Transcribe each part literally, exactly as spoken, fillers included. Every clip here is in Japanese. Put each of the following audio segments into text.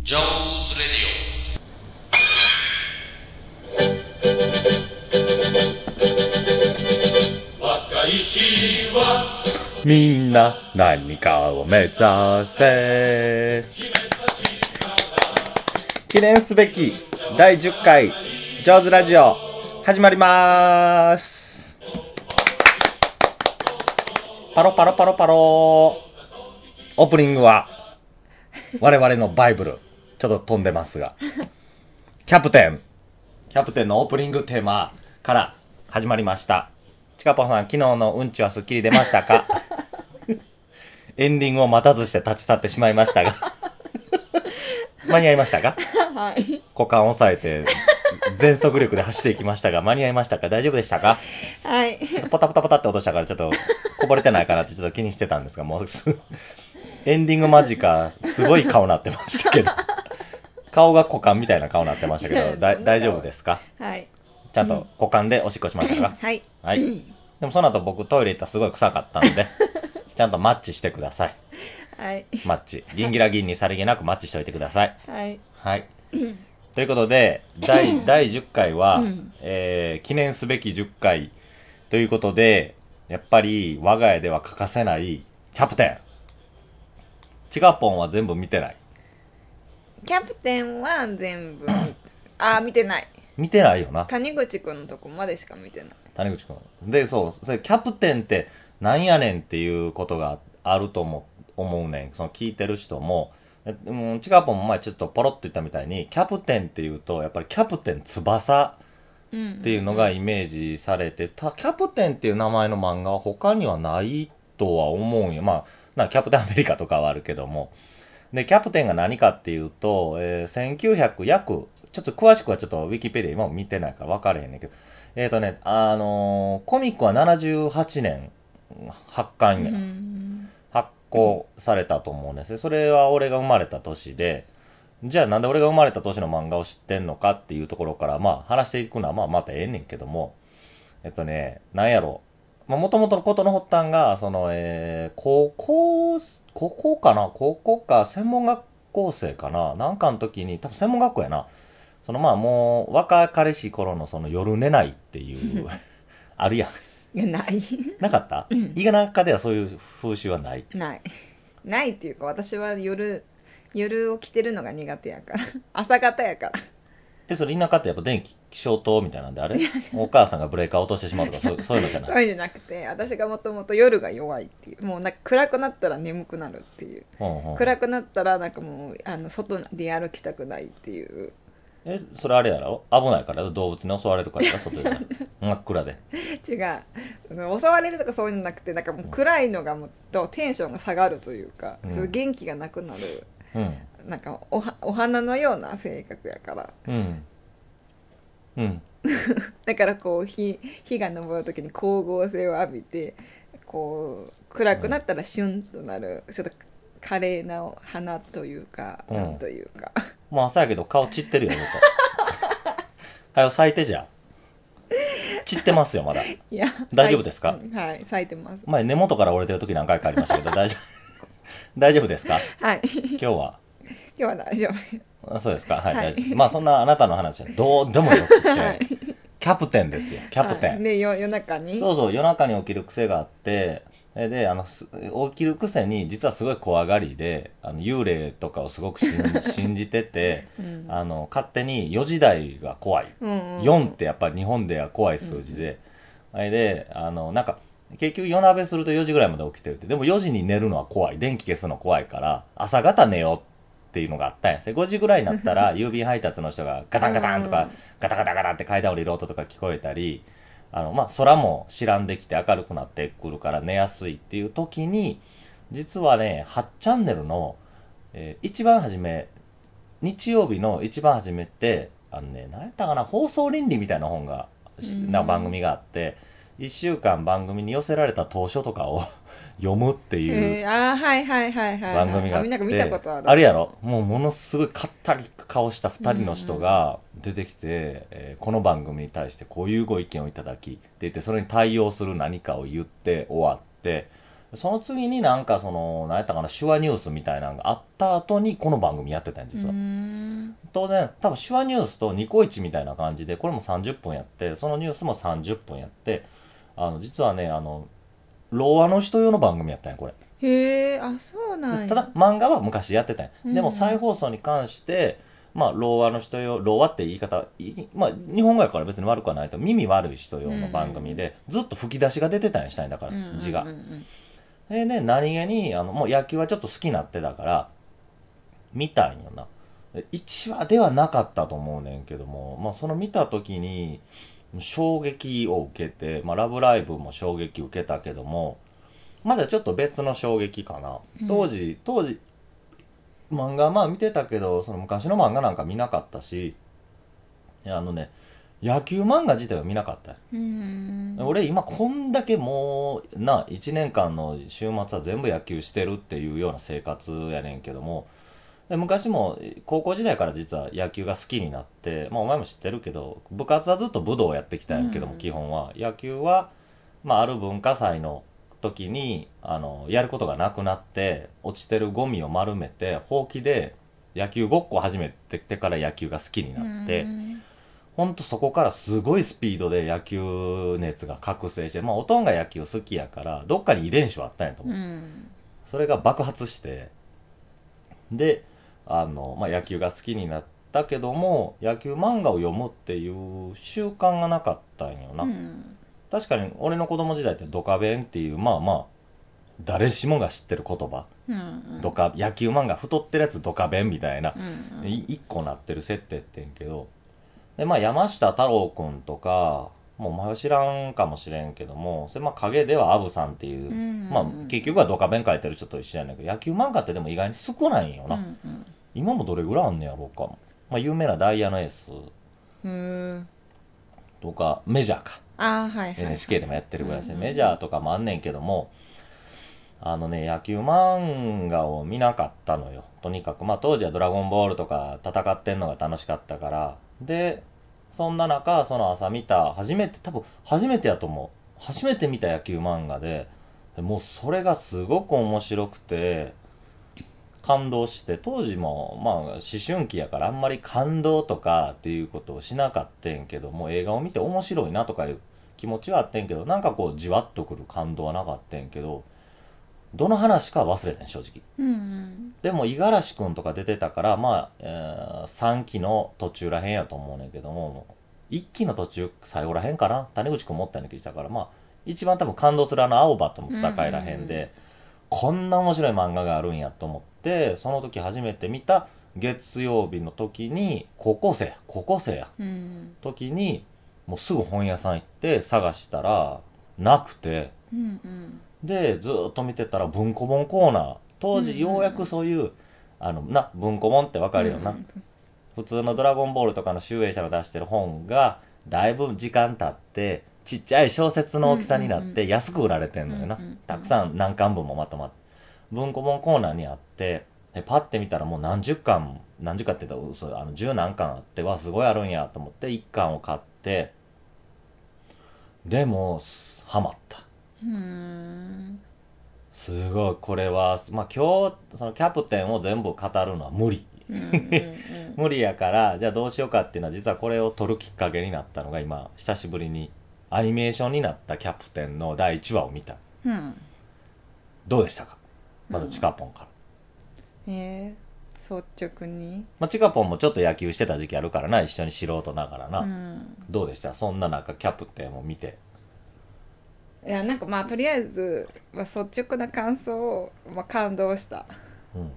ジョーズレディオ。若い日はみんな何かを目指せ。記念すべきだいじゅっかいジョーズラジオ始まりまーす。パロパロパロパロ。オープニングは我々のバイブル、ちょっと飛んでますが、キャプテンキャプテンのオープニングテーマから始まりました。ちかぽんさん、昨日のうんちはすっきり出ましたか？エンディングを待たずして立ち去ってしまいましたが間に合いましたか？ はい。 股間を押さえて全速力で走っていきましたが、間に合いましたか？大丈夫でしたか？ はい。 ポタポタポタって落としたからちょっとこぼれてないかなってちょっと気にしてたんですが、もうエンディング間近すごい顔なってましたけど顔が股間みたいな顔なってましたけど、だ大丈夫ですか？ はい。 ちゃんと股間でおしっこしましたか？ はい。 はい。でもその後僕トイレ行ったらすごい臭かったんでちゃんとマッチしてください。 はい。 マッチ。ギンギラギンにさりげなくマッチしておいてください。 はい。 はい。ということで、第、第じゅっかいは、 うんえー、記念すべきじゅっかいということで、やっぱり我が家では欠かせないキャプテン。チガポンは全部見てない。 キャプテンは全部見た。あー、見てない。 見てないよな。 谷口くんのとこまでしか見てない。 谷口くん。で、そう、それキャプテンってなんやねんっていうことがあると思う、思うねん。その聞いてる人も、えうん、チガポンも前ちょっとポロッと言ったみたいに、キャプテンっていうと、やっぱりキャプテン翼っていうのがイメージされて、たキャプテンっていう名前の漫画は他にはないとは思うんよ。まあ、なんかキャプテンアメリカとかはあるけども。で、キャプテンが何かっていうと、えー、せんきゅうひゃく約、ちょっと詳しくはちょっとウィキペディア今も見てないから分かれへんねんけど、えっ、ー、とね、あのー、コミックはななじゅうはちねん発刊やな。発行されたと思うんですよ。それは俺が生まれた年で、じゃあなんで俺が生まれた年の漫画を知ってんのかっていうところから、まあ話していくのはまあまたええねんけども、えっとね、なんやろ。まあもともとのことの発端が、その、えー、高校、高校かな高校か、専門学校生かななんかの時に、多分専門学校やな。そのまあもう、若かりし頃のその夜寝ないっていう、あるやん。 いや、ない。 なかった、 うん、 伊賀中ではそういう風習はない。 ない。ないっていうか、私は夜、夜起きてるのが苦手やから。朝方やから。 え、それ田舎ってやっぱ電気消灯みたいなんであれお母さんがブレーカー落としてしまうとかそうそういうのじゃない？ そういうんじゃなくて、私がもともと夜が弱いっていう。もうなんか暗くなったら眠くなるっていう。 うんうん、 暗くなったらなんかもうあの外で歩きたくないっていう。 え、それあれやろ危ないから動物に襲われるからやろ外で真っ暗で。 違う、襲われるとかそういうんじゃなくて、なんかもう暗いのがもうとテンションが下がるというか、 うん、 そういう元気がなくなる、 うん、 なんか お, はお花のような性格やからうんうんだからこう日日が昇る時に光合成を浴びてこう暗くなったらシュンとなる、ちょっと華麗な花というか、 うん、 なんというかもう朝やけど顔散ってるよずっとはよ咲いてじゃ散ってますよまだ。いや大丈夫ですか？ はい、咲いてます。 前根元から折れてる時何回かありましたけど大丈夫大丈夫ですか？ はい今日は今日は大丈夫。 あ、そうですか。はい。 はい、 まあそんなあなたの話はどうでもよくて、はい、キャプテンですよ。キャプテン。 はい、で夜中に。 そうそう、夜中に起きる癖があって、で、あの、起きるくせに実はすごい怖がりで、あの幽霊とかをすごく信じてて、うん、あの、勝手によじ台が怖い。うんうんうん、よんってやっぱり日本では怖い数字で、うんうん、で、あの、なんか、結局夜鍋するとよじぐらいまで起きてるって。でもよじに寝るのは怖い。電気消すの怖いから、朝方寝ようっていうのがあったんやです。ごじぐらいになったら郵便配達の人がガタンガタンとかガタガタガタって階段降りる音とか聞こえたり、あのまあ空も白んできて明るくなってくるから寝やすいっていう時に、実はねはちチャンネルの、えー、一番初め日曜日の一番初めってあのね何やったかな放送倫理みたいな本がな番組があって、いっしゅうかん番組に寄せられた投書とかを読むっていう番組があって、 みんなが見たことある。 あれやろ、もうものすごいかったり顔したふたりの人が出てきて、えー、この番組に対してこういうご意見をいただきって言って、それに対応する何かを言って終わって、 その次になんかその、何やったかな、手話ニュースみたいなのがあった後にこの番組やってたんですよ。当然、多分手話ニュースとニコイチみたいな感じで、これもさんじゅっぷんやって、そのニュースもさんじゅっぷんやって、あの、実はね、あの、ろう話の人用の番組やったんや、これ。 へえ、あ、そうなんや。 ただ、漫画は昔やってたんや。 うんでも再放送に関して、まあ、ろう話の人用、ろう話って言い方、いまあ、日本語やから別に悪くはないと、耳悪い人用の番組で、ずっと吹き出しが出てたんや、したんやだから、字が。 うんうんうんでね、何気に、あの、もう野球はちょっと好きになってたから、見たんよな。いちわではなかったと思うねんけども、まあ、その見た時に、衝撃を受けて、まあ、ラブライブも衝撃受けたけども、まだちょっと別の衝撃かな。当時、当時、漫画まあ見てたけど、その昔の漫画なんか見なかったし、いやあのね、野球漫画自体は見なかったよ。 うん俺今こんだけもう、な、いちねんかんの週末は全部野球してるっていうような生活やねんけども、で昔も高校時代から実は野球が好きになって、まあお前も知ってるけど、部活はずっと武道をやってきたんやけども、 うん基本は。野球は、まあある文化祭の時に、あの、やることがなくなって、落ちてるゴミを丸めて、ほうきで野球ごっこを始めてきてから野球が好きになって、ほんとそこからすごいスピードで野球熱が覚醒して、まあおとんが野球好きやから、どっかに遺伝子はあったんやと思う。 うんそれが爆発して、で、あの、まあ野球が好きになったけども、野球漫画を読むっていう習慣がなかったんよな。 うん確かに俺の子供時代ってドカベンっていう、まあまあ、誰しもが知ってる言葉。 うんドカ、野球漫画太ってるやつドカベンみたいな、 うんい一個なってる設定ってんけど、で、まあ山下太郎くんとか、もうお前は知らんかもしれんけども、それまあ影ではアブさんっていう、 うんまあ結局はドカベン書いてる人と一緒やねんけど、野球漫画ってでも意外に少ないんよな。 うんうん今もどれぐらいあんねやろうか。まあ有名なダイヤのエースうんとか、メジャーか。 あーはいはいはいエヌエイチケー でもやってるぐらいですね、 うんうんメジャーとかもあんねんけども、あのね、野球漫画を見なかったのよ。とにかく。まあ当時はドラゴンボールとか戦ってんのが楽しかったから。で、そんな中、その朝見た、初めて、多分初めてやと思う。初めて見た野球漫画で、もうそれがすごく面白くて、感動して、当時も、まあ思春期やからあんまり感動とかっていうことをしなかったんけども、映画を見て面白いなとかいう気持ちはあってんけど、なんかこうじわっとくる感動はなかったんけど、どの話かは忘れてん、正直。 うんでも、五十嵐くんとか出てたから、まあ、えー、さんきの途中らへんやと思うねんけども、いっきの途中、最後らへんかな、谷口くん持ったような気がしたから、まあ、一番多分感動するあの青葉との戦いらへんで、こんな面白い漫画があるんやと思って、その時初めて見た月曜日の時に、高校生や、高校生や、 うん時に、もうすぐ本屋さん行って探したら、なくて、 うんうんで、ずーっと見てたら文庫本コーナー。当時ようやくそういう、あの、な、文庫本ってわかるよな。普通のドラゴンボールとかの集英社が出してる本が、だいぶ時間経って、ちっちゃい小説の大きさになって安く売られてんのよなうんうんうん。 たくさん何巻分もまとまって。文庫本コーナーにあって、でパッて見たらもう何十巻、何十巻って言ったら嘘、あの十何巻あって、わ、すごいあるんやと思って一巻を買って、でも、ハマった。 うんすごい、これは、まあ、今日、そのキャプテンを全部語るのは無理。 うんうん無理やから、じゃあどうしようかっていうのは、実はこれを撮るきっかけになったのが、今、久しぶりにアニメーションになったキャプテンのだいいちわを見た。 うんどうでしたか？まずチカポンから。 えー、率直にまあ、チカポンもちょっと野球してた時期あるからな、一緒に素人ながらな。 うんどうでした？そんな中、キャプテンを見て。 いやなんかまあとりあえず、まあ、率直な感想を、まあ、感動した。 うん。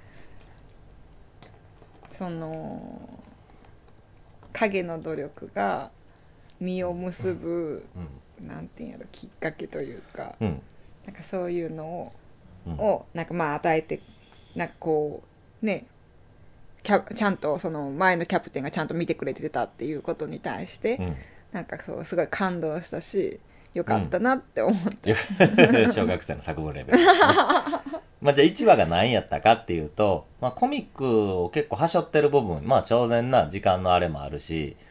その影の努力が実を結ぶ、 うん。 なんていうんやろ、きっかけというか、 うん。 なんかそういうのを、 うん。 をなんかまあ与えて、なんかこうね、キャちゃんとその前のキャプテンがちゃんと見てくれてたっていうことに対して、 うん。 なんかそうすごい感動したし、よかったなって思った。 小学生の作文レベル、ね、まあじゃあいちわが何やったかっていうと、まあコミックを結構はしょってる部分、まあ当然な時間のあれもあるし、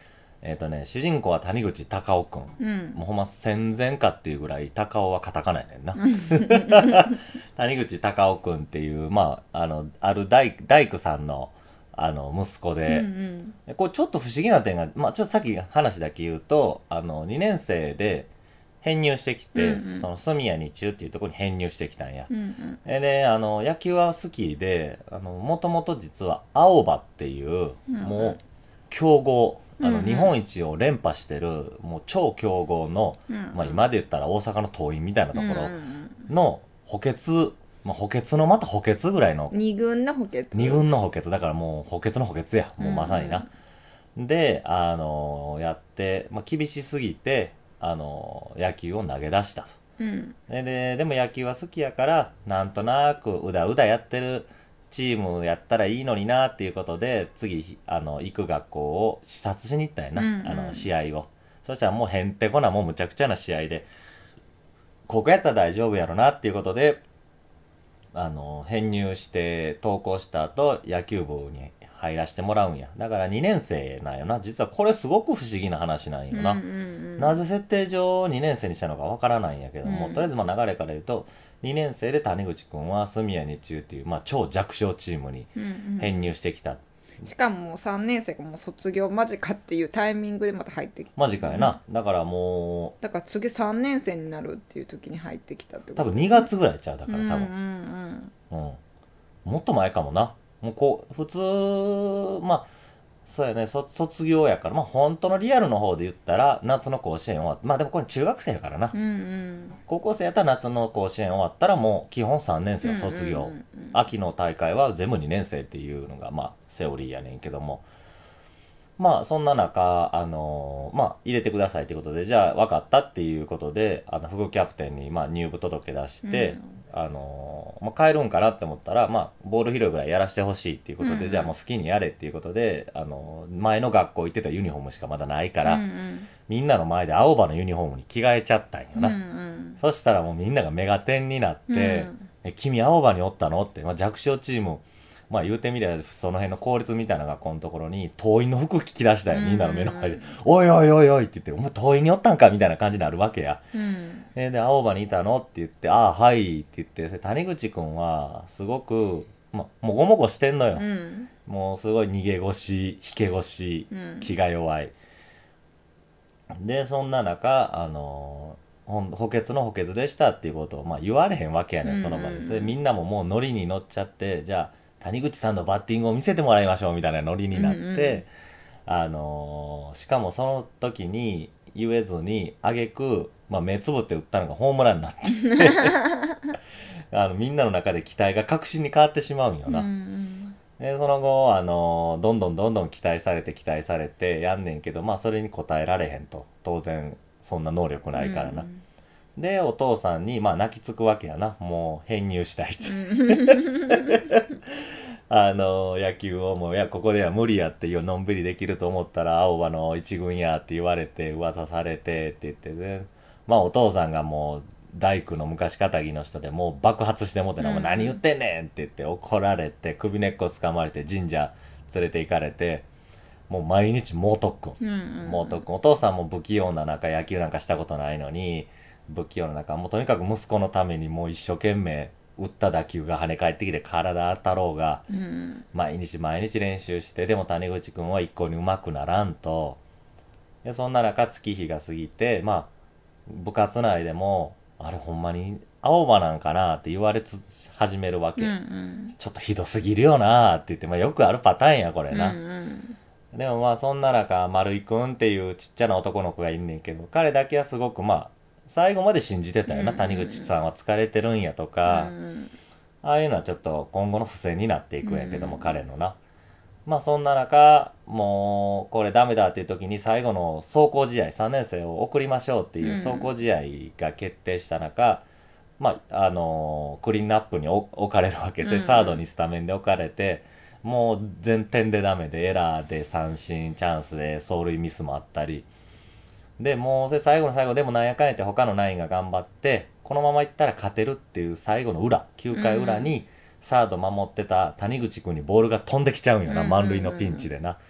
えっ、とね、主人公は谷口隆夫くん。 うんもうほんま戦前かっていうぐらい隆夫はカタカナやねんな。谷口隆夫くんっていう、まあ、あの、ある大大工さんの、あの、息子うんうで、 んこれちょっと不思議な点が、まあ、ちょっとさっき話だけ言うと、あの、にねん生で編入してきて、 うんうんその、住谷日中っていうところに編入してきたんや。 うんうんえで、あの、野球は好きで、あの、もともと実は、青葉っていう、 うんもう、強豪、あの、 うんうん日本一を連覇してる、もう超強豪の、 うんうんまあ今で言ったら大阪の桐蔭みたいなとこうんうろんの補欠、まあ補欠のまた補欠ぐらいの、 二軍の補欠二軍の補欠、だからもう補欠の補欠や、もうまさにな。で、あの、やって、まあ厳しすぎて、あの、野球を投げ出したと。 うんでででも野球は好きやからなんとなくうだうだやってるチームやったらいいのになっていうことで次あの行く学校を視察しに行ったんやな、 うんうんあの試合を。そしたらもうへんてこなもうむちゃくちゃな試合でここやったら大丈夫やろなっていうことであの編入して登校した後野球部に入らせてもらうんや。だからにねん生なんよな。実はこれすごく不思議な話なんよな。 うんうんうんなぜ設定上にねん生にしたのかわからないんやけども、 うんとりあえずまあ流れから言うとにねん生で谷口くんは住谷日中っていう、まあ、超弱小チームにうんうん編入してきた。 しかももうさんねん生がもう卒業間近っていうタイミングでまた入ってきたマジかやな。だからもだから次さんねん生になるっていう時に入ってきたってことう多分にがつぐらいちゃう。だから多分、 うんうんうんもっと前かもな。もうこう普通まあそうやね、そ卒業やから、まあ本当のリアルの方で言ったら夏の甲子園終わって、まあでもこれ中学生やからな。 うんうん高校生やったら夏の甲子園終わったらもう基本さんねん生は卒業、 うんうんうんうん秋の大会は全部にねん生っていうのがまあセオリーやねんけども、まあそんな中あのーまあ入れてくださいということで、じゃあ分かったっていうことであの副キャプテンにまあ入部届出して、あのーまあ、帰るんかなって思ったら、まあ、ボール拾いぐらいやらせてほしいっていうことで、 うんうんじゃあもう好きにやれっていうことで、あのー前の学校行ってたユニフォームしかまだないから、 うんうんみんなの前で青葉のユニフォームに着替えちゃったんよな。 うんうんそしたらもうみんながメガテンになって、 うんえ君青葉におったのって、まあ、弱小チーム、まあ言うてみればその辺の公立みたいな学校のところに桐蔭の服着き出したよ、みんなの目の前で。 うんおいおいおいおいって言って、お前桐蔭におったんかみたいな感じになるわけや。 うんえで、青葉にいたのって言って、ああ、はいって言って、谷口くんはすごく、ま、もごもごしてんのよ。 うんもうすごい逃げ腰、引け腰、 うん気が弱い。で、そんな中、あのほん補欠の補欠でしたっていうことを、まあ、言われへんわけやねん、その場で。 うんうんうんそれでみんなももうノリに乗っちゃって、じゃあ、谷口さんのバッティングを見せてもらいましょうみたいなノリになって、 うんうんあのしかもその時に言えずに、あげく、まあ、目つぶって打ったのがホームランになって、あのみんなの中で期待が確信に変わってしまうんようんうな。 んで、その後、あのどんどんどんどん期待されて期待されてやんねんけど、まあそれに応えられへんと。当然、そんな能力ないからな。で、お父さんに、まあ泣きつくわけやな。もう編入したいって。あの野球をもう、いや、ここでは無理やっていうのんびりできると思ったら、青葉の一軍やって言われて、噂されてって言ってね。まあお父さんがもう、大工の昔かたぎの人でもう爆発してもってな、 うんもう何言ってんねんって言って怒られて、首根っこ掴まれて神社連れて行かれて、もう毎日猛特訓。 うんうん猛特訓。お父さんも不器用な中、野球なんかしたことないのに、不器用な中、もうとにかく息子のためにもう一生懸命打った打球が跳ね返ってきて体当たろうが、 うん毎日毎日練習して、でも谷口くんは一向に上手くならんと。で、そんな中月日が過ぎて、まあ、部活内でも、あれほんまに青葉なんかなって言われつ始めるわけ。 うんうんちょっとひどすぎるよなって言って、まあよくあるパターンや、これうんな。 うんでもまあそんな中、丸井くんっていうちっちゃな男の子がいんねんけど、彼だけはすごくまあ、最後まで信じてたよな。 うん谷口さんは疲れてるんやとうか、 んああいうのはちょっと今後の不正になっていくんやけども、 うん彼のな。まあそんな中、もうこれダメだっていう時に最後の壮行試合、さんねん生を送りましょうっていう壮行試合が決定した中、まあ、あのークリーンナップに置置かれるわけで、 うんサードにスタメンで置かれて、もう全点でダメで、エラーで三振、チャンスで走塁ミスもあったり、で、もうそれ最後の最後でもなんやかんやって他のナインが頑張って、このままいったら勝てるっていう最後の裏、きゅうかい裏に、サード守ってた谷口くんにボールが飛んできちゃうんよな、 うん満塁のピンチでな。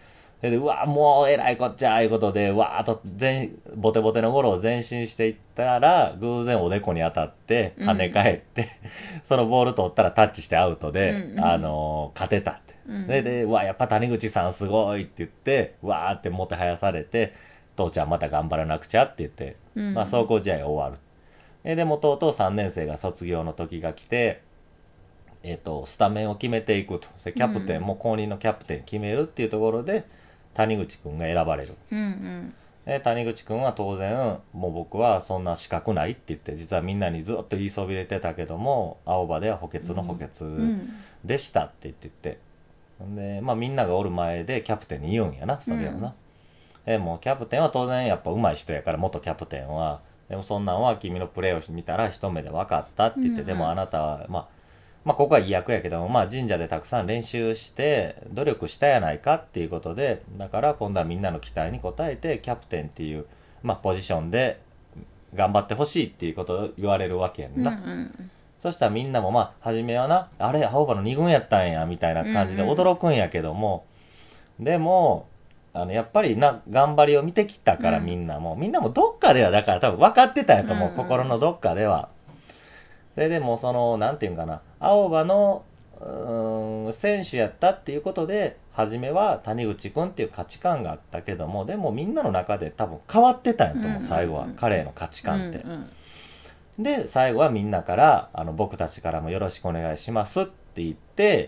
で、うわ、もうえらいこっちゃ、ああいうことで、わーっと全、ボテボテのゴロを前進していったら、偶然おでこに当たって、跳ね返って、うん、そのボール取ったらタッチしてアウトで、うんうん、あのー、勝てたって。うん、で、で、うわ、やっぱ谷口さんすごいって言って、わーってもてはやされて、父ちゃんまた頑張らなくちゃって言って、うん、まあ、壮行試合が終わる。で、でもとうとうさんねん生が卒業の時が来て、えっ、ー、と、スタメンを決めていくと。キャプテン、うん、もう公認のキャプテン決めるっていうところで、谷口くんが選ばれる。うんうん、で谷口くんは当然、もう僕はそんな資格ないって言って、実はみんなにずっと言いそびれてたけども、青葉では補欠の補欠でしたって言ってて、うん、で、まあみんながおる前でキャプテンに言うんやな、それはな。うん、でもうキャプテンは当然やっぱ上手い人やから、元キャプテンは、でもそんなんは君のプレーを見たら一目で分かったって言って、うんうん、でもあなたは、まあ、まあ、ここは違約やけども、まあ、神社でたくさん練習して、努力したやないかっていうことで、だから今度はみんなの期待に応えて、キャプテンっていう、まあ、ポジションで頑張ってほしいっていうことを言われるわけやんな。うんうん、そしたらみんなもまあ、初めはな、あれ、青葉のに軍やったんや、みたいな感じで驚くんやけども、うんうん、でも、あの、やっぱりな、頑張りを見てきたからみんなも、うん、みんなもどっかではだから多分分かってたんやと思う、うんうん、心のどっかでは。それでもその、なんていうんかな、青葉の、うーん、選手やったっていうことで、初めは谷口くんっていう価値観があったけども、でもみんなの中で多分変わってたんやと思う、最後は。彼への価値観って。うんうん、で、最後はみんなから、あの、僕たちからもよろしくお願いしますって言って、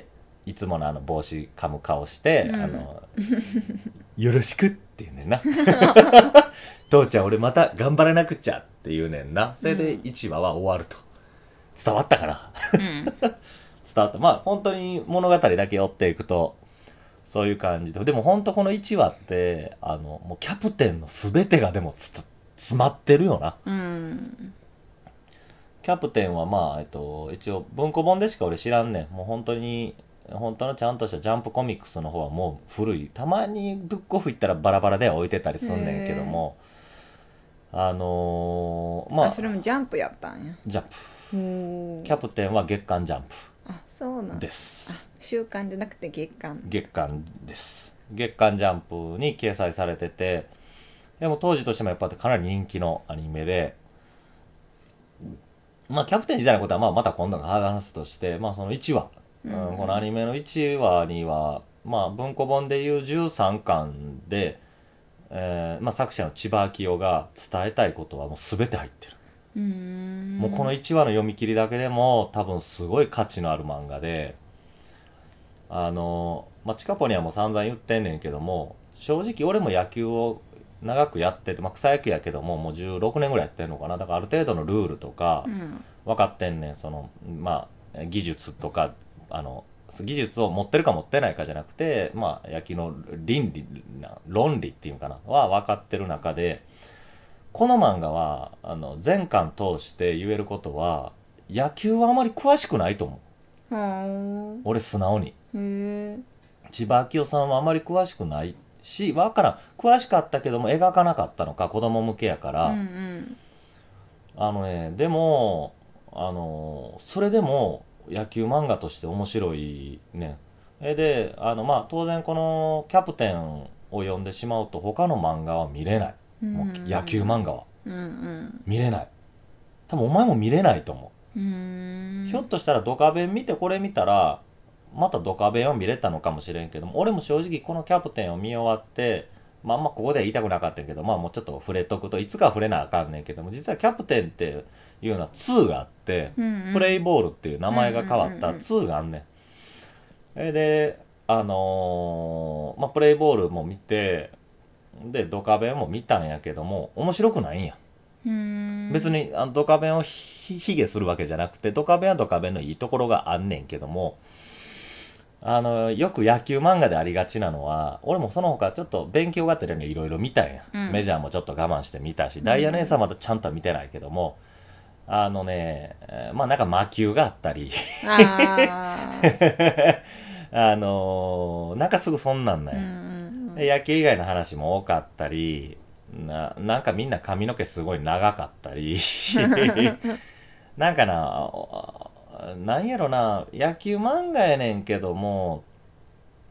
いつものあの帽子噛む顔して、うん、あの、よろしくって言うねんな。父ちゃん俺また頑張らなくちゃって言うねんな。それでいちわは終わると。伝わったかな、うん、伝わった。まあ本当に物語だけ追っていくとそういう感じで、でも本当このいちわってあのもうキャプテンの全てがでもつ詰まってるよな、うん、キャプテンはまあ、えっと、一応文庫本でしか俺知らんねん。もう本当に本当のちゃんとしたジャンプコミックスの方はもう古い、たまにブックオフ行ったらバラバラで置いてたりすんねんけども、あのー、まあそれもジャンプやったんや。 ジャンプ。キャプテンは月刊ジャンプ。 あ、そうなんです。 あ、週刊じゃなくて月刊。 月刊です。月刊ジャンプに掲載されてて、でも当時としてもやっぱかなり人気のアニメで、まあキャプテン自体のことはまあまた今度が話すとして、まあそのいちわ、うんうん、このアニメのいちわには、まあ文庫本でいうじゅうさんかんで、えーまあ、作者の千葉明夫が伝えたいことはもう全て入ってる。うーん、もうこのいちわの読み切りだけでも多分すごい価値のある漫画で、あの、まあ、チカポにはもう散々言ってんねんけども、正直俺も野球を長くやってて、まあ、草野球やけどももうじゅうろくねんぐらいやってんのかな。だからある程度のルールとか分かってんねん。その、まあ、技術とか、あの、技術を持ってるか持ってないかじゃなくて、まあ、野球の倫理な、論理っていうかな、は分かってる中で、この漫画は、あの、全巻通して言えることは、野球はあまり詳しくないと思う。は俺素直に。へ千葉明夫さんはあまり詳しくないし、わからん。詳しかったけども描かなかったのか、子供向けやから。うんうん、あのね、でも、あの、それでも、野球漫画として面白いね。で、あの、まあ、当然このキャプテンを読んでしまうと他の漫画は見れない。もう野球漫画は、うんうん、見れない。多分お前も見れないと思う。うーん、ひょっとしたらドカベン見てこれ見たらまたドカベンを見れたのかもしれんけども、俺も正直このキャプテンを見終わって、まああんまここでは言いたくなかったんけど、まあもうちょっと触れとくと、いつか触れなあかんねんけども、実はキャプテンっていうのはにがあって、うんうん、プレイボールっていう名前が変わったにがあんねん。えで、あのー、まあプレイボールも見て、でドカベンも見たんやけども面白くないんや。うーん、別にあのドカベンを卑下するわけじゃなくて、ドカベンはドカベンのいいところがあんねんけども、あのよく野球漫画でありがちなのは、俺もその他ちょっと勉強がてらにいろいろ見たんや、うん、メジャーもちょっと我慢して見たし、ダイヤ姉さんまだちゃんとは見てないけども、あのね、まあなんか魔球があったりああのー、なんかすぐそんなんなんや、うんうんうん、野球以外の話も多かったり、な, なんかみんな髪の毛すごい長かったりなんかな、なんやろな、野球漫画やねんけども、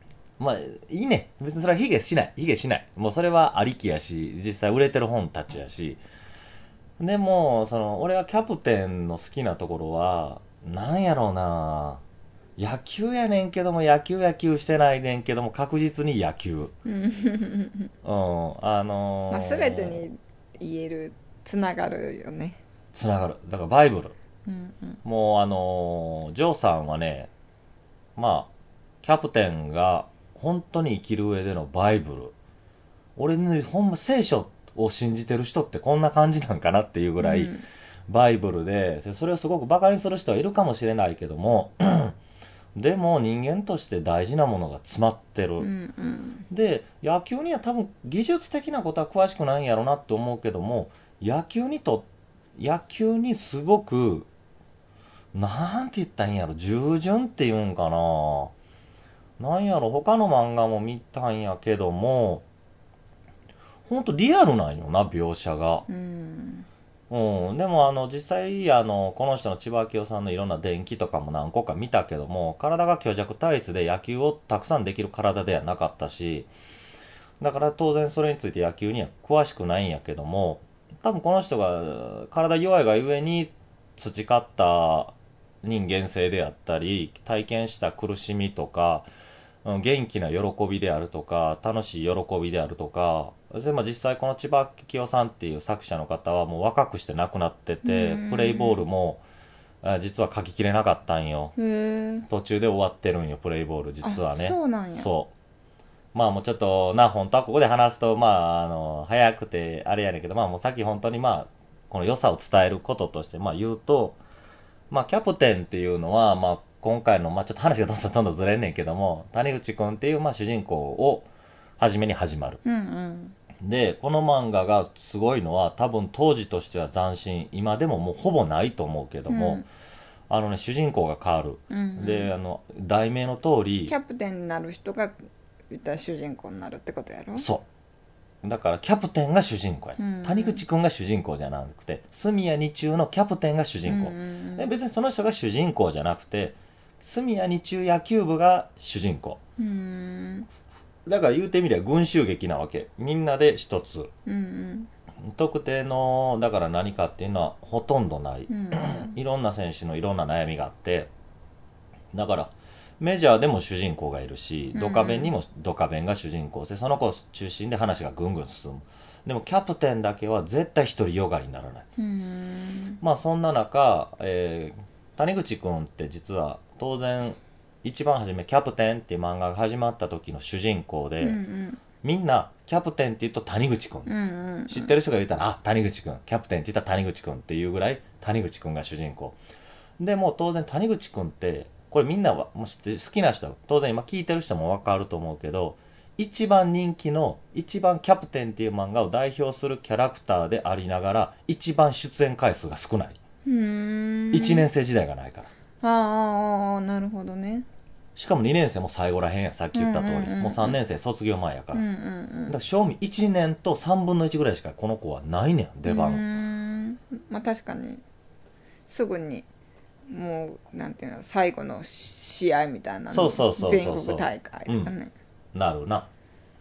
まあ、いいね。別にそれは卑下しない。卑下しない。もうそれはありきやし、実際売れてる本たちやし。でも、その、俺はキャプテンの好きなところは、なんやろうな野球やねんけども、野球野球してないねんけども、確実に野球。 うんうん。あのー、 まあ全てに言える、つながるよね。 つながる。だからバイブル。 うんうんもうあのージョーさんはね、まあ、キャプテンが本当に生きる上でのバイブル。俺ね、ほんま聖書を信じてる人ってこんな感じなんかなっていうぐらい、 うんバイブルで、でそれをすごくバカにする人はいるかもしれないけども、でも人間として大事なものが詰まってる。 うんうんで、野球には多分技術的なことは詳しくないんやろなって思うけども、野球にと、野球にすごく、なんて言ったらいいんやろ、従順って言うんかな。なんやろ、他の漫画も見たんやけども、ほんとリアルなんよな、描写が。 うんうん。でもあの、実際、あの、この人の千葉明夫さんのいろんな伝記とかも何個か見たけども、体が虚弱体質で野球をたくさんできる体ではなかったし、だから当然それについて野球には詳しくないんやけども、多分この人が体弱いがゆえに培った人間性であったり、体験した苦しみとか、うん元気な喜びであるとか、楽しい喜びであるとか、それまあ実際この千葉明夫さんっていう作者の方はもう若くして亡くなっててう、んプレイボールもあ実は書ききれなかったんよ。 へえ。 途中で終わってるんよ、プレイボール実はね。 あ、そうなんや。 そうまあもうちょっとな、本当はここで話すと、まあ、あの、早くてあれやねんけど、まあもうさっき本当にまあ、この良さを伝えることとして、まあ言うと、まあキャプテンっていうのは、まあ今回の、まあちょっと話がどんどんどんどんずれんねんけども、谷口くんっていうまあ主人公を初めに始まる。 うんで、この漫画がすごいのは、多分当時としては斬新、今でももうほぼないと思うけども、 うんあのね、主人公が変わる。 うんうんで、あの、題名の通り、 キャプテンになる人が言ったら主人公になるってことやろ。 そうだからキャプテンが主人公や、 うん谷口くんが主人公じゃなくて住谷二中のキャプテンが主人公、 うんうんうんで別にその人が主人公じゃなくて住谷二中野球部が主人公うーんだから言うてみりゃ群衆劇なわけ。みんなで一つうん特定のだから何かっていうのはほとんどない、 うんうんいろんな選手のいろんな悩みがあって、だからメジャーでも主人公がいるし、 うんドカベンにもドカベンが主人公で、その子中心で話がぐんぐん進む。でもキャプテンだけは絶対一人よがりにならない。 うーんまあそんな中、えー、谷口くんって実は当然一番初めキャプテンっていう漫画が始まった時の主人公で、 うんうんみんなキャプテンって言うと谷口くん、 うんうん知ってる人が言ったら、あ、谷口くん、キャプテンって言ったら谷口くんっていうぐらい谷口くんが主人公。でもう当然谷口くんって、これみんなはもう知って好きな人は当然今聞いてる人もわかると思うけど、一番人気の一番キャプテンっていう漫画を代表するキャラクターでありながら一番出演回数が少ない。 うーんいちねん生時代がないから。 あーあーなるほどね。 しかもにねん生も最後らへんや、さっき言った通り、 うんうんうんうんもうさんねん生卒業前やから、 うんうだんから賞味いちねんとさんぶんのいちぐらいしかこの子はないねん、出うんう番。 ーんまあ確かにすぐにもうなんていうの最後の試合みたいなのそうそうそうそうそう全国大会とかね、 なるな。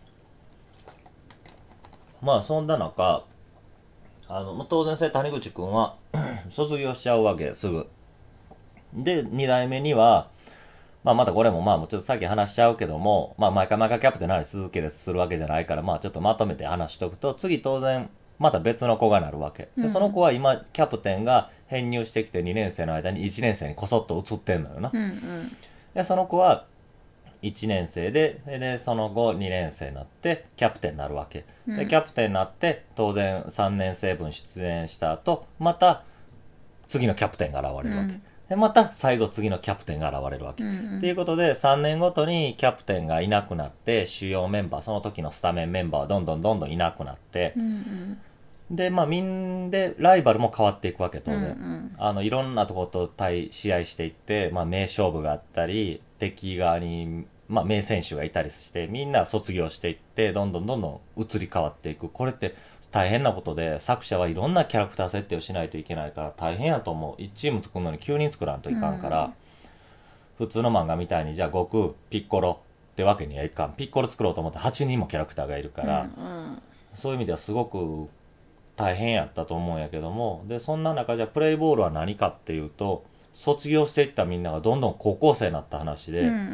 まあそんな中、あの当然谷口くんは卒業しちゃうわけ、すぐ。で、に代目には、まあまたこれもまあもうちょっとさっき話しちゃうけども、まあ毎回毎回キャプテンの話続けでするわけじゃないから、まあちょっとまとめて話しとくと、次当然また別の子がなるわけ。でその子は今キャプテンが編入してきてにねん生の間にいちねん生にこそっと移ってんのよな。 うんうんで、その子はいちねん生で、で、その後にねん生になってキャプテンになるわけ。で、 うんキャプテンになって当然さんねん生分出演した後、また次のキャプテンが現れるわけ。 うんで、また最後次のキャプテンが現れるわけ。 うんうんっていうことでさんねんごとにキャプテンがいなくなって、主要メンバー、その時のスタメンメンバーはどんどんどんどんいなくなって、 うんうんで、まあみんでライバルも変わっていくわけ、当然。 うんうんあの、いろんなところと対試合していって、まあ名勝負があったり、敵側に、まあ名選手がいたりして、みんな卒業していって、どんどんどんどん移り変わっていく。これって大変なことで、作者はいろんなキャラクター設定をしないといけないから大変やと思う。いちチーム作るのにきゅうにん作らんといかんから、普通の漫画みたいに、じゃあ悟空、ピッコロ、 ってわけにはいかん。ピッコロ作ろうと思ってはちにんもキャラクターがいるから、 うんうん、 そういう意味ではすごく大変やったと思うんやけども、でそんな中じゃプレイボールは何かっていうと、卒業していったみんながどんどん高校生になった話で、 うんうん、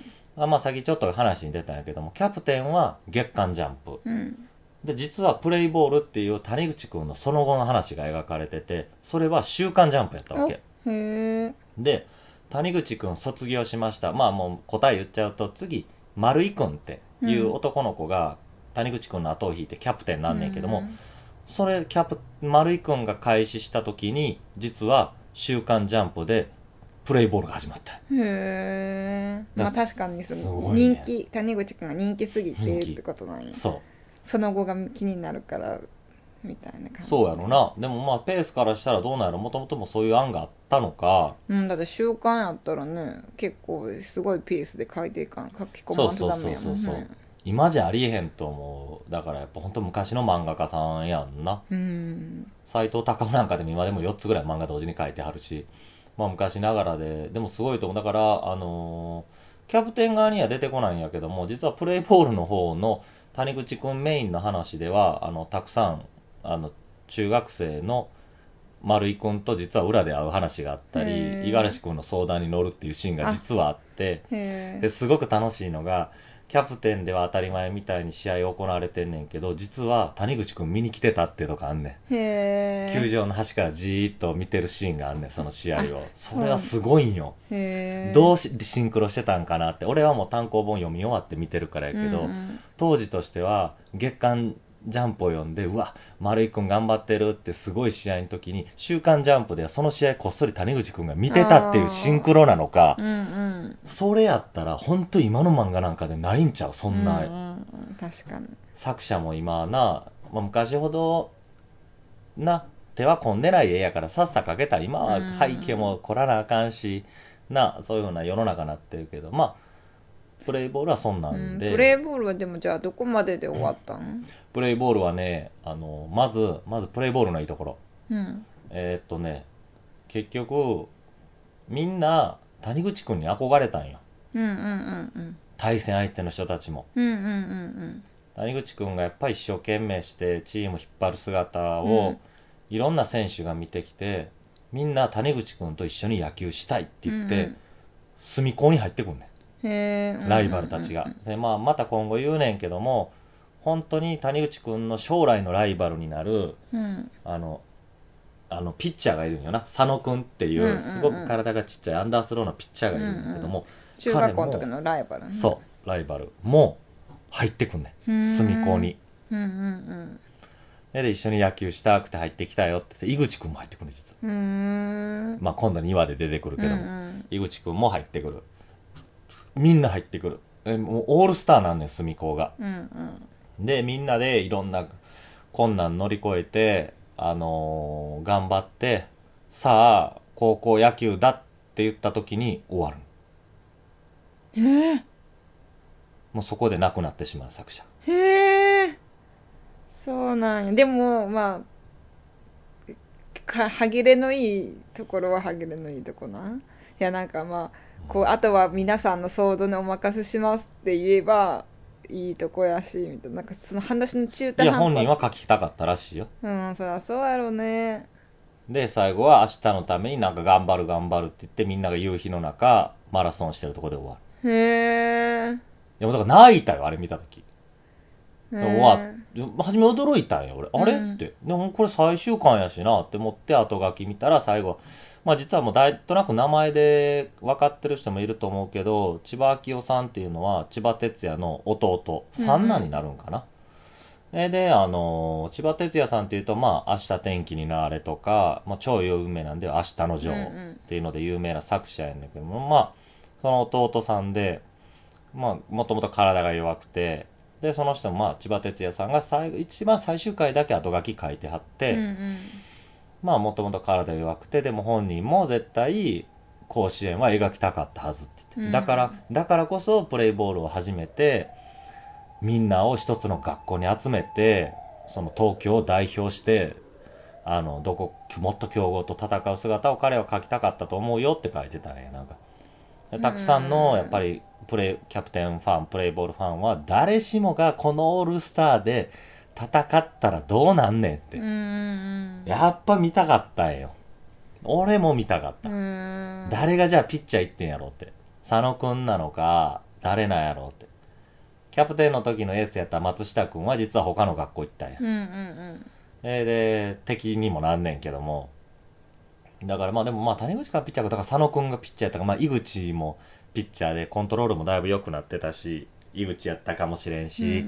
あまあ先ちょっと話に出たんやけども、キャプテンは月刊ジャンプ、 うん、 で実はプレイボールっていう谷口くんのその後の話が描かれてて、それは週刊ジャンプやったわけ。 へえ。 で谷口くん卒業しました。まあもう答え言っちゃうと、次丸井くんっていう男の子が谷口くんの後を引いてキャプテンなんねんけども、 うんそれキャプ丸井くんが開始した時に実は週刊ジャンプでプレイボールが始まった。 へえ。まあ確かにそすのごいね人気、谷口くんが人気すぎて人気ってことなんや。 そその後が気になるからみたいな感うじ。 そうやろな。でもまあペースからしたらどうなんやろ、もともともそういう案があったのか。 うん、だって習慣やったらね、結構すごいペースで書いていかん、書き込まんとダメやもんそうそうそうそうね。 今じゃありえへんと思う。だからやっぱ本当昔の漫画家さんやんな。 うん。 斎藤隆夫なんかでも今でもよっつぐらい漫画同時に書いてはるし、まあ昔ながらで、でもすごいと思う。だから、あのーキャプテン側には出てこないんやけども、実はプレイボールの方の谷口くんメインの話では、あの、たくさん、あの、中学生の丸井くんと実は裏で会う話があったへり、 ー五十嵐くんの相談に乗るっていうシーンが実はあって、 へえ。 ですごく楽しいのが、キャプテンでは当たり前みたいに試合行われてんねんけど、実は谷口くん見に来てたっていうとこあんねん。 へえ。 球場の端からじーっと見てるシーンがあんねん、その試合を。それはすごいんよ。 へえ。 どうしシンクロしてたんかなって。俺はもう単行本読み終わって見てるからやけど、 うんうん、 当時としては月刊ジャンプを読んで、うわ、丸井くん頑張ってるってすごい試合の時に、週刊ジャンプではその試合こっそり谷口くんが見てたっていうシンクロなのか、 うんうん、 それやったら本当今の漫画なんかでないんちゃう、そんな。 うんうん、確かに。 作者も今はな、まあ、昔ほどな手は込んでない絵やからさっさ描けたら、今は背景も凝らなあかんしな、そういうふうな世の中になってるけど、まあプレイボールはそんなんで、 うん、プレイボールはでもじゃあどこまでで終わったん？ プレイボールはね、あのまずまずプレイボールのいいところ、 うん、 えー、っとね結局みんな谷口くんに憧れたんよ。 うんうんうんうん、 対戦相手の人たちもうんうんうん谷口くんがやっぱり一生懸命してチーム引っ張る姿うん、 をいろんな選手が見てきて、みんな谷口くんと一緒に野球したいって言って、 うんうん、 隅っこに入ってくんねへん、ライバルたちが。で、まあ、また今後言うねんけども、本当に谷口くんの将来のライバルになる、 うん、 あの、あのピッチャーがいるんよな、佐野くんっていう、 うんうんうん、 すごく体がちっちゃいアンダースローのピッチャーがいるんだけども、 うんうん、中学校の時のライバル、ね、 そうライバルも入ってくんねん、隅っこに。 うんうんうんで、一緒に野球したくて入ってきたよって、井口くんも入ってくるんです。 うん、 まあ今度にわで出てくるけども、 うんうん、 井口くんも入ってくる。みんな入ってくる。えもうオールスターなんねん、隅っこが。 うんうん、 で、みんなでいろんな困難乗り越えて、あのー頑張って、さあ、高校野球だって言った時に終わる。 えー、 もうそこで亡くなってしまう作者。 へえ、そうなんや。でもまあか歯切れのいいところは歯切れのいいとこなん。いやなんかまあこうあとは皆さんの想像にお任せしますって言えばいいとこやしみたいな、なんかその話の中途いや、 半端。 本人は書きたかったらしいよ。 うん、そりゃそうやろうね。 で、最後は明日のためになんか頑張る頑張るって言ってみんなが夕日の中、マラソンしてるとこで終わる。 へえ。 いや、もうだから泣いたよ、あれ見たとき。 へ終わえ。 っ初め驚いたんよ、俺。あれうんって。でもこれ最終巻やしなって思って後書き見たら最後、まあ実はもうなんとなく名前で分かってる人もいると思うけど、千葉明夫さんっていうのは千葉哲也の弟、三男になるんかな。で、で、あのー千葉哲也さんっていうと、まあ、明日天気になれとか、まあ、超有名なんで、明日のジョーっていうので有名な作者やねんけども、まあ、その弟さんで、まあ、もともと体が弱くて、で、その人も、まあ、千葉哲也さんが最後、一番最終回だけ後書き書いてはって、 うんうん、 まあ、もともと体弱くて、でも本人も絶対、甲子園は描きたかったはずって言って、だから、だからこそ、プレイボールを始めて、みんなを一つの学校に集めて、その東京を代表して、あの、どこ、もっと強豪と戦う姿を彼は描きたかったと思うよって書いてたね、なんか。 でたくさんのやっぱりプレイキャプテンファンプレイボールファンは誰しもがこのオールスターで戦ったらどうなんねんって、 うんうんやっぱ見たかったんよ。俺も見たかった、 うん、 誰がじゃあピッチャー行ってんやろって、佐野くんなのか誰なんやろって。キャプテンの時のエースやった松下くんは実は他の学校行ったんや、 うんうんうん、 で敵にもなんねんけども、だからまあでもまあ谷口がピッチャーだから佐野くんがピッチャーやったから、まあ井口もピッチャーでコントロールもだいぶ良くなってたし井口やったかもしれんし、 うんうん、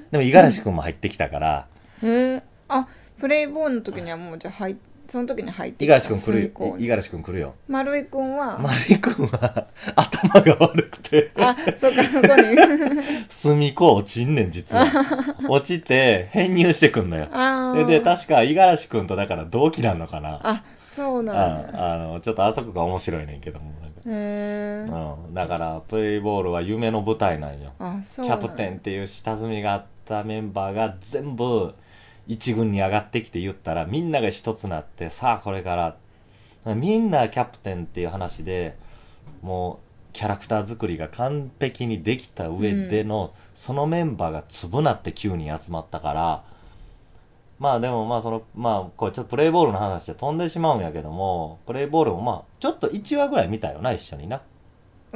でも五十嵐くんも入ってきたから、 へえ、あ、プレイボールの時にはもうじゃあ入っその時に入って五きた。 十嵐くん来る、 隅っこに五十嵐くん来るよ。 丸井くんは、 丸井くんは頭が悪くてあ、そうか、そこに。 隅っこ落ちんねん、実は。落ちて、編入してくんのよ。 あで、で確か、五十嵐くんとだから同期なんのかな。 あ、そうなんや。 ああの、ちょっとあそこが面白いねんけども。なんかへー、 うん。だから、プレイボールは夢の舞台なんよ。 あ、そうキなんや。 ャプテンっていう下積みがあったメンバーが全部一軍に上がってきて言ったら、みんなが一つなって、さあこれから、みんなキャプテンっていう話で、もうキャラクター作りが完璧にできた上での、うん、そのメンバーが粒なってきゅうにん集まったから、まあでもまあその、まあこれちょっとプレイボールの話で飛んでしまうんやけども、プレイボールもまあちょっといちわぐらい見たよな、一緒にな。 うん。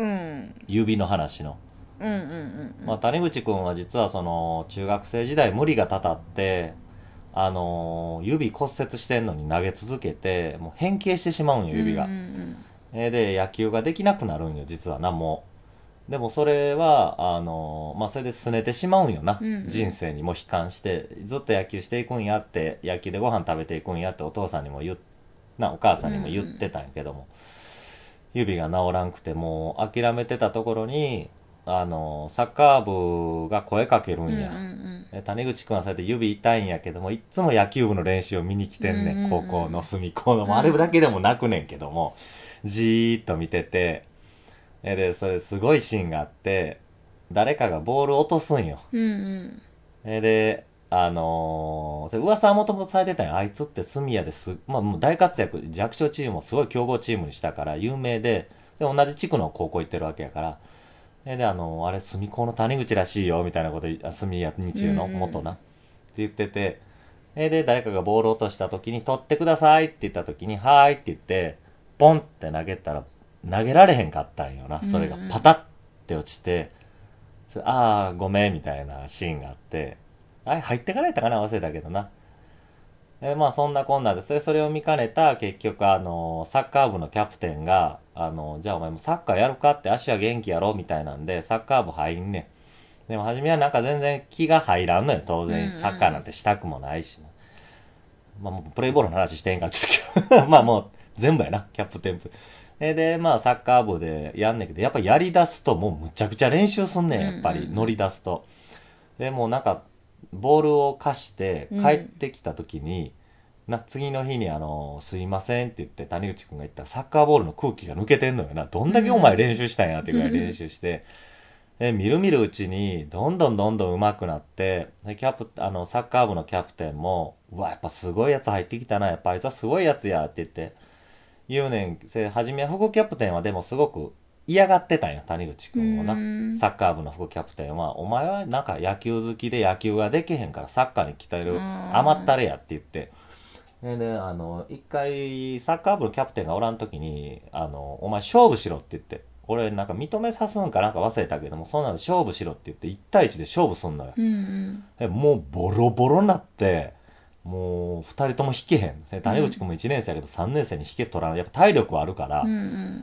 指の話の。 うんうんうん、うん。 まあ谷口くんは実はその中学生時代無理がたたって、あのー、指骨折してんのに投げ続けて、もう変形してしまうんよ、指が。うんうんうん、で、野球ができなくなるんよ、実はな、もう。でもそれは、あのー、まあ、それで拗ねてしまうんよな、うんうん。人生にも悲観して、ずっと野球していくんやって、野球でご飯食べていくんやってお父さんにも言っ、な、お母さんにも言ってたんやけども、うんうん、指が治らんくて、もう諦めてたところに、あのサッカー部が声かけるんや、うんうんうん、谷口くんはそうやって指痛いんやけどもいっつも野球部の練習を見に来てんねん、うんうんうん、高校の隅っこの、うん、あれだけでも泣くねんけどもじーっと見てて、でそれすごいシーンがあって、誰かがボール落とすんよ、うんうん、であのー、それ噂はもともとされてたんよ。あいつって隅谷です、まあ、もう大活躍、弱小チームもすごい強豪チームにしたから有名で、で同じ地区の高校行ってるわけやから、で、あの、あれ、隅高の谷口らしいよ、みたいなこと、隅谷日中の元な、って言ってて、で、誰かがボール落とした時に、取ってくださいって言った時に、はーいって言って、ポンって投げたら、投げられへんかったんよな。それがパタッって落ちて、あー、ごめん、みたいなシーンがあって、あれ、入ってかないたかな忘れたけどな。でまあそんなこんなで、それ、それを見かねた、結局あの、サッカー部のキャプテンが、あの、じゃあお前もサッカーやるかって、足は元気やろみたいなんで、サッカー部入んねん。でも初めはなんか全然気が入らんのよ、当然。サッカーなんてしたくもないし。まあもうプレイボールの話してへんからちょっとまあもう全部やな、キャプテン部。で、まあサッカー部でやんねんけど、やっぱやり出すともうむちゃくちゃ練習すんねん、やっぱり。乗り出すと。で、もうなんか、ボールを貸して帰ってきた時に、うん、な次の日にあのすいませんって言って谷口くんが言ったらサッカーボールの空気が抜けてんのよな。どんだけお前練習したんやってぐらい練習して、うん、でみるみるうちにどんどんどんどん上手くなって、でキャプあのサッカー部のキャプテンもうわやっぱすごいやつ入ってきたな、やっぱあいつはすごいやつやって言って言うねん。せ初めは副キャプテンはでもすごく嫌がってたんよ、谷口くんをな。サッカー部の副キャプテンは、お前はなんか野球好きで野球ができへんからサッカーに来てる甘ったれやって言って。で、ね、あの、一回サッカー部のキャプテンがおらん時に、あの、お前勝負しろって言って。俺なんか認めさすんかなんか忘れたけども、そんなの勝負しろって言っていち対いちで勝負すんのよ。うんうん、もうボロボロになって、もう二人とも引けへん。谷口くんもいちねん生やけどさんねん生に引け取らない。やっぱ体力はあるから、うんうん、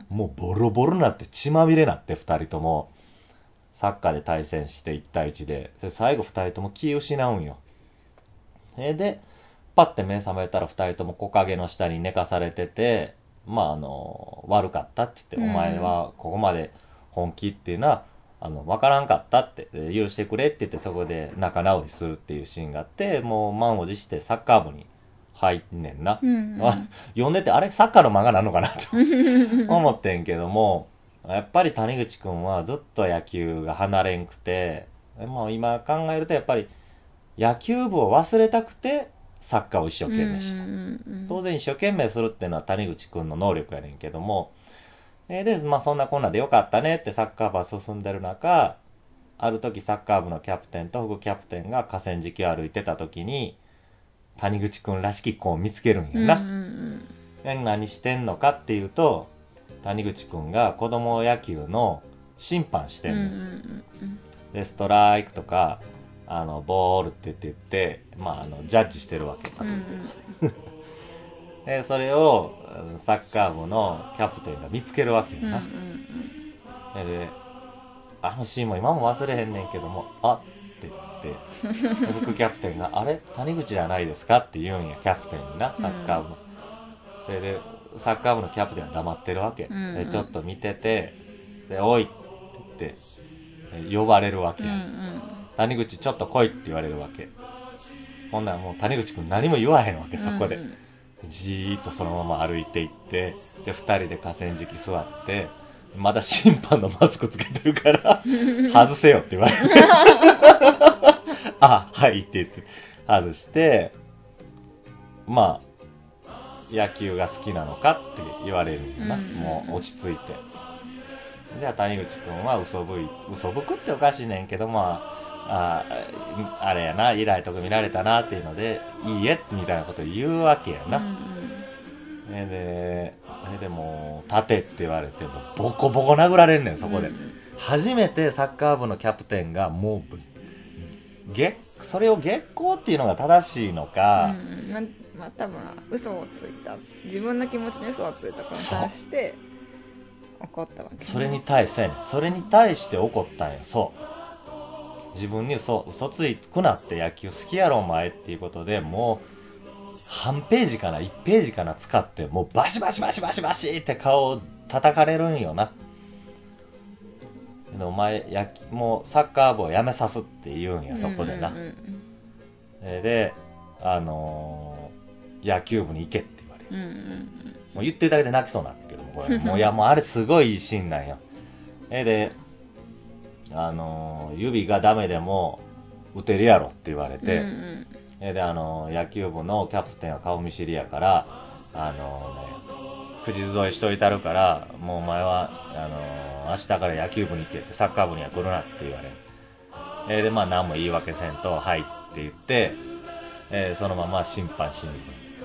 もうボロボロになって血まみれになって二人ともサッカーで対戦していち対いちで、で最後二人とも気を失うんよ。で、パッて目覚めたら二人とも木陰の下に寝かされてて、まああの、悪かったって言って、うん、お前はここまで本気っていうのは、あの、わからんかったって、許してくれって言ってそこで仲直りするっていうシーンがあって、もう満を持してサッカー部に入んねんな。うんうん、読んでて、あれサッカーの漫画なのかなと思ってんけども、やっぱり谷口くんはずっと野球が離れんくて、まあ今考えるとやっぱり野球部を忘れたくてサッカーを一生懸命した。当然一生懸命するっていうのは谷口くんの能力やねんけども、 えーで、まあそんなこんなでよかったねってサッカー部は進んでる中、ある時サッカー部のキャプテンと副キャプテンが河川敷を歩いてた時に、谷口くんらしき子を見つけるんやな。 うんうんで何してんのかっていうと、谷口くんが子供野球の審判してうんうんんの。 うんで、ストライクとか、あの、ボールって言って言って、まあ、あの、ジャッジしてるわけ。 うんうんで、それを、サッカー部のキャプテンが見つけるわけよな。 うんうんで、あのシーンも今も忘れへんねんけども、あって言って、副キャプテンが、あれ谷口じゃないですかって言うんや、キャプテンにな、サッカー部の。それで、サッカー部のキャプテンは黙ってるわけ。 うんうんで、ちょっと見てて、で、おいって言って、呼ばれるわけや。 うんうん谷口ちょっと来いって言われるわけ。ほんならもう谷口くん何も言わへんわけ、そこで。 うんじーっとそのまま歩いていって、で、二人で河川敷座って、まだ審判のマスクつけてるから、外せよって言われる。あ、はいって言って、外して、まあ、野球が好きなのかって言われるんだな。 うんもう落ち着いて。じゃあ谷口くんは嘘ぶい、嘘ぶくっておかしいねんけど、まあ、ああれやな、イライとか見られたなっていうので、いいえってみたいなことを言うわけやな。 うんねで、ねでも、立てって言われて、ボコボコ殴られんねん、そこで。 うん初めてサッカー部のキャプテンが、もう、げそれを月光っていうのが正しいのか、 うんなんまあ多分嘘をついた自分の気持ちに嘘をついたことに対して怒ったわけね、 それに対して、それに対して怒ったんよ、そう。自分に嘘、嘘ついくなって野球好きやろお前っていうことで、もう、半ページかな、いちページかな使って、もうバシバシバシバシバシって顔を叩かれるんよな。でお前や、もうサッカー部をやめさすって言うんや、そこでな。 うんうんえで、あのー野球部に行けって言われる。 うんうんもう言ってるだけで泣きそうなんだけども、これもういや、もうあれすごいいいシーンなんよ。えで、あのー指がダメでも打てるやろって言われて、 うんうんえで、あのー野球部のキャプテンは顔見知りやから、あのーね、口添えしといたるから、もうお前は、あのー明日から野球部に行けって、サッカー部には来るなって言われる。えで、まあ何も言い訳せんと、はいって言って、えーそのまま審判しに行く。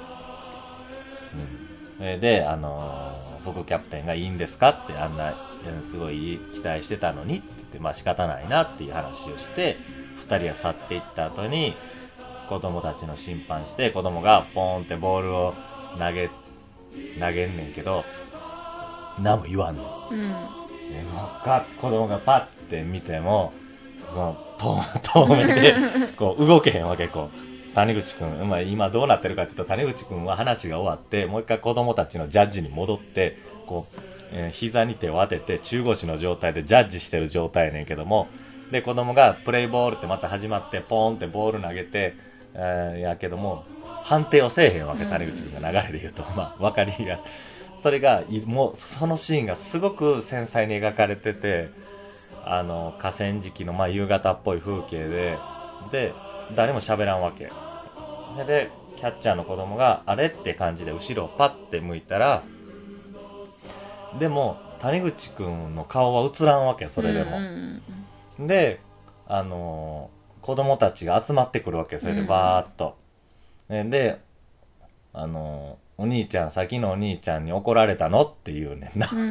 うんえーで、あのー副キャプテンがいいんですかって、あんな、えーすごい期待してたのにって言って、まあ仕方ないなっていう話をして、二人が去っていった後に、子供たちの審判して、子供がポーンってボールを投げ、投げんねんけど、何も言わんの。 うんでもうガッ子供がパッて見ても、もう遠遠目で、こう動けへんわけ、こう。谷口くん、まあ、今どうなってるかっていうと、谷口くんは話が終わって、もう一回子供たちのジャッジに戻って、こう、えー膝に手を当てて中腰の状態でジャッジしてる状態やねんけども、で、子供がプレイボールってまた始まって、ポーンってボール投げて、えーやけども、判定をせえへんわけ、谷口くんが流れで言うと。まあ、わかりや。それが、いもう、そのシーンがすごく繊細に描かれてて、あの、河川敷の、まあ、夕方っぽい風景で、で、誰も喋らんわけ。で、キャッチャーの子供が、あれって感じで後ろをパッて向いたら、でも、谷口くんの顔は映らんわけ、それでも。 うんうんで、あのー子供たちが集まってくるわけ、それでバーっと。ねで、あのーお兄ちゃん、先のお兄ちゃんに怒られたのって言うねんな。 うん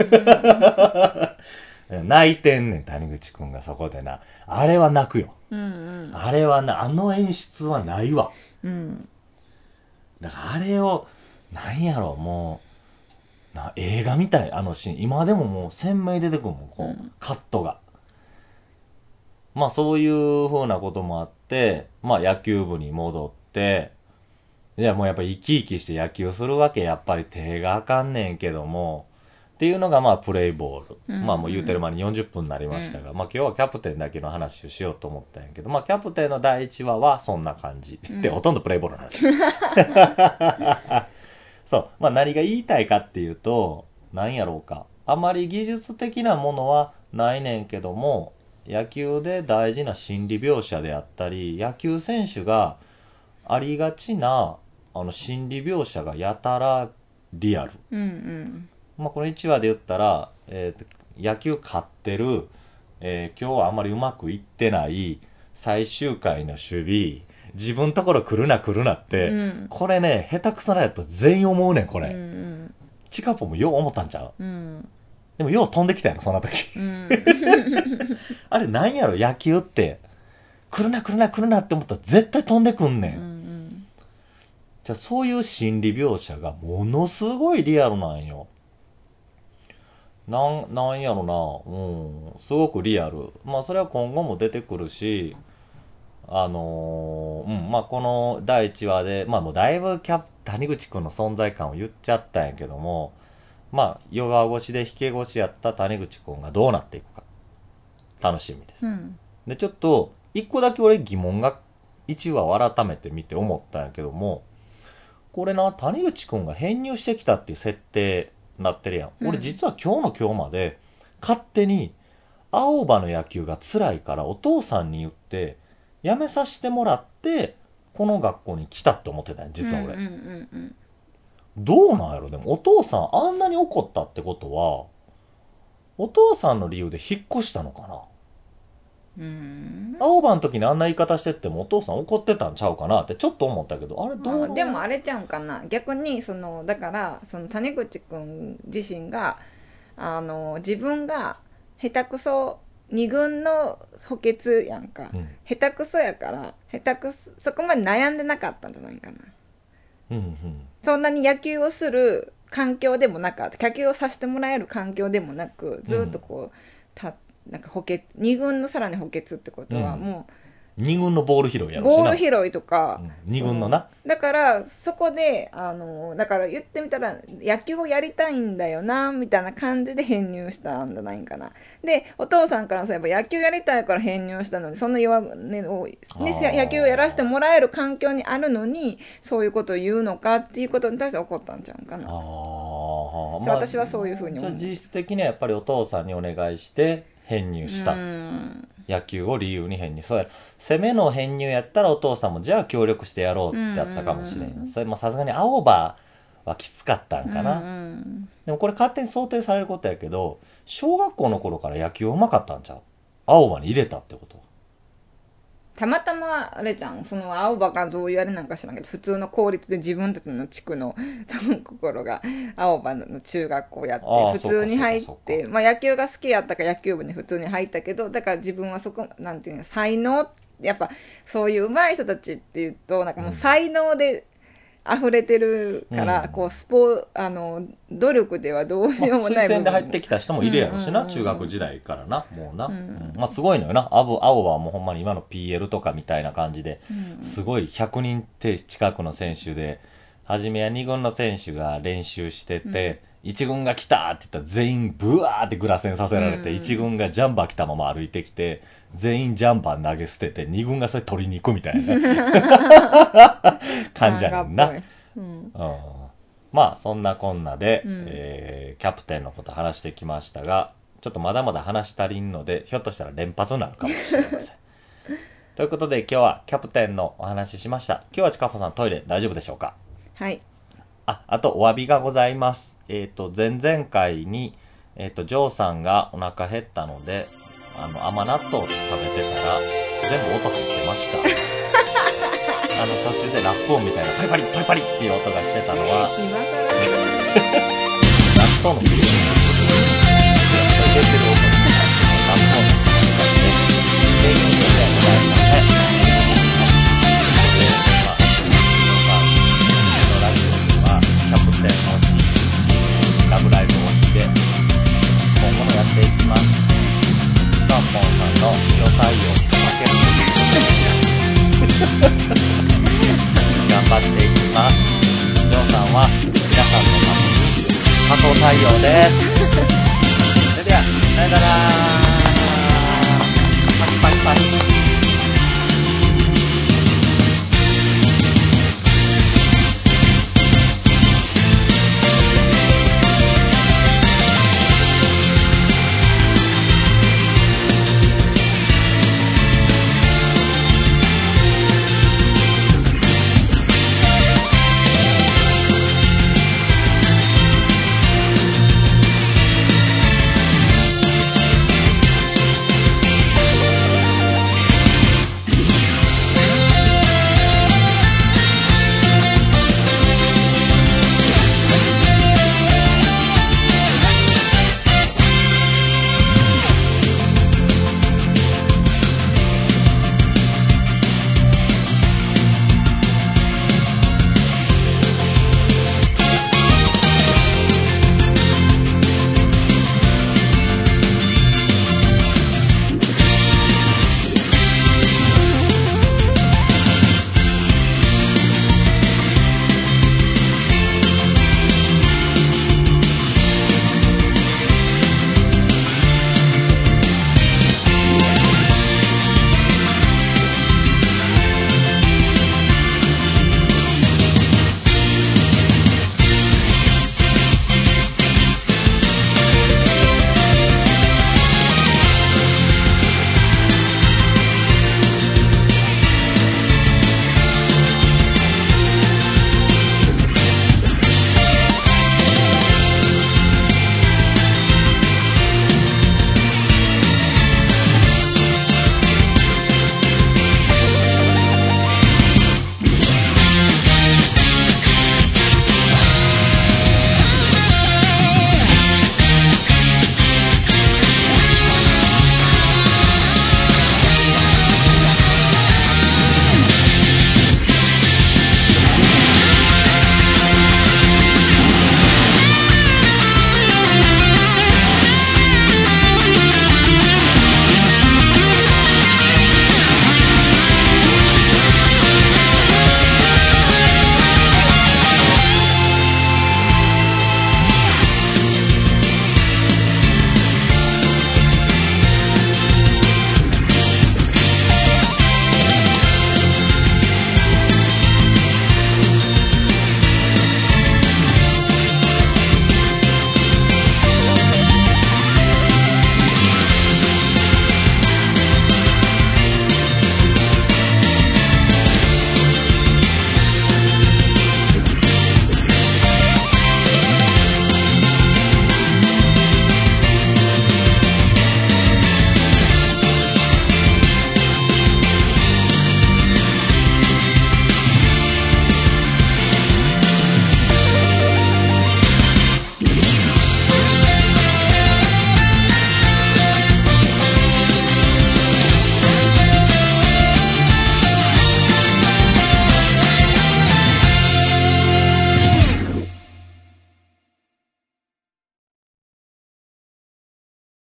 うん泣いてんねん、谷口くんがそこでな。あれは泣くよ。 うんうんあれはな、あの演出はないわ。 うんだからあれを、なんやろ、もう、な映画みたい、あのシーン。今でももう鮮明に出てくるもん、こう、 うんカットが。まあそういう風なこともあって、まあ野球部に戻って、いやもうやっぱ生き生きして野球するわけ、やっぱり手があかんねんけども、っていうのがまあプレイボール。 うんまあもう言うてる間によんじゅっぷんになりましたが、まあ今日はキャプテンだけの話をしようと思ったんやけど、まあキャプテンの第一話はそんな感じ。で、 うんほとんどプレイボールの話。そう。まあ何が言いたいかっていうと、なんやろうか。あまり技術的なものはないねんけども、野球で大事な心理描写であったり、野球選手がありがちな、あの心理描写がやたらリアル。 うんうんまあ、このいちわで言ったら、えーと、野球勝ってる、えー今日はあんまりうまくいってない最終回の守備、自分のところ来るな来るなって、 うん、 これね、下手くそなやと全員思うねん、これ。 うん、 チカポもよう思ったんちゃう？ うん、 でもよう飛んできたやろ、そんな時。 うん、 あれなんやろ、野球って。来るな来るな来るなって思ったら絶対飛んでくんねん。 うん、 じゃあそういう心理描写がものすごいリアルなんよ。なん、なんやろな、うん、すごくリアル。まあそれは今後も出てくるし、あのー、うん、まあこのだいいちわで、まあもうだいぶキャプ、谷口くんの存在感を言っちゃったんやけども、まあ、夜川越しで引け越しやった谷口くんがどうなっていくか、楽しみです。 うん、 で、ちょっと、一個だけ俺疑問が、いちわを改めて見て思ったんやけども、これな、谷口くんが編入してきたっていう設定になってるやん。 うん、 俺実は今日の今日まで、勝手に、青葉の野球が辛いからお父さんに言って、辞めさせてもらって、この学校に来たって思ってたんや、実は俺。 うん、うん、うん、 どうなんやろ。でもお父さんあんなに怒ったってことは、お父さんの理由で引っ越したのかな。 うん、 青葉の時にあんな言い方してってもお父さん怒ってたんちゃうかなってちょっと思ったけど、あれどう、 まあ、でもあれちゃうんかな、逆にそのだからその谷口くん自身があの自分が下手くそに軍の補欠やんか、 うん、 下手くそやから下手くそそこまで悩んでなかったんじゃないかな。 うんうん、 そんなに野球をする環境でもなかった、野球をさせてもらえる環境でもなく、ずっとこうたなんか補欠に軍のさらに補欠ってことはもに軍のボール拾いやうろしな。 ボール拾いとか、 うん、に軍のな。 だからそこであのだから言ってみたら野球をやりたいんだよなみたいな感じで編入したんじゃないかな。でお父さんからすれば野球やりたいから編入したのに、その弱音を、ね、野球をやらせてもらえる環境にあるのにそういうことを言うのかっていうことに対して怒ったんちゃうかな。 あ、 まあ、私はそういうふうに思う。 じゃあ実質的にはやっぱりお父さんにお願いして編入した。野球を理由に編入。そうや、攻めの編入やったらお父さんもじゃあ協力してやろうってやったかもしれん。それもさすがに青葉はきつかったんかな。 うんうん、 でもこれ勝手に想定されることやけど、小学校の頃から野球うまかったんちゃう？青葉に入れたってこと。 たまたまあれじゃん、その青葉がどういうあれなんか知らんけど、普通の公立で自分たちの地区の心が青葉の中学校やって普通に入って、まあ野球が好きやったから野球部に普通に入ったけど、だから自分はそこなんていうの、才能、やっぱそういう上手い人たちっていうとなんかもう才能で溢れてるから、うん、こうスポあの努力ではどうしようもない部分、 まあ、推薦で入ってきた人もいるやろしな、うんうんうん、中学時代からな、もうな、 うんうんうん、まあすごいのよな。青葉はもうほんまに今の ピーエル とかみたいな感じで、うん、すごいひゃくにん近くの選手で、初めはに軍の選手が練習してて、うん、いち軍が来たって言ったら全員ブワーってグラセンさせられて、うん、いち軍がジャンバー来たまま歩いてきて、全員ジャンバー投げ捨てて、に軍がそれ取りに行くみたいな感じやねんな。うん、まあそんなこんなで、うん、えー、キャプテンのこと話してきましたが、ちょっとまだまだ話足りんのでひょっとしたら連発になるかもしれませんということで今日はキャプテンのお話ししました。今日はちかぽさんトイレ大丈夫でしょうか？ はい。 あ、あとお詫びがございます。えっ、ー、と前々回にえっ、ー、とジョーさんがお腹減ったのであの甘納豆を食べてたら全部音入ってましたあの途中でラップ音みたいなパリパリパリパリっていう音がしてたのは今から納豆の入れてる音が納豆の原因ではございません。まあ、このラジオはキャプテンの日ラブライブをして今後もやっていきます。スタンポンさんの塩対応負ける頑張っていきます。ジョーさんは皆さんのために加藤対応ですそれではさよなら。パキパキパキ。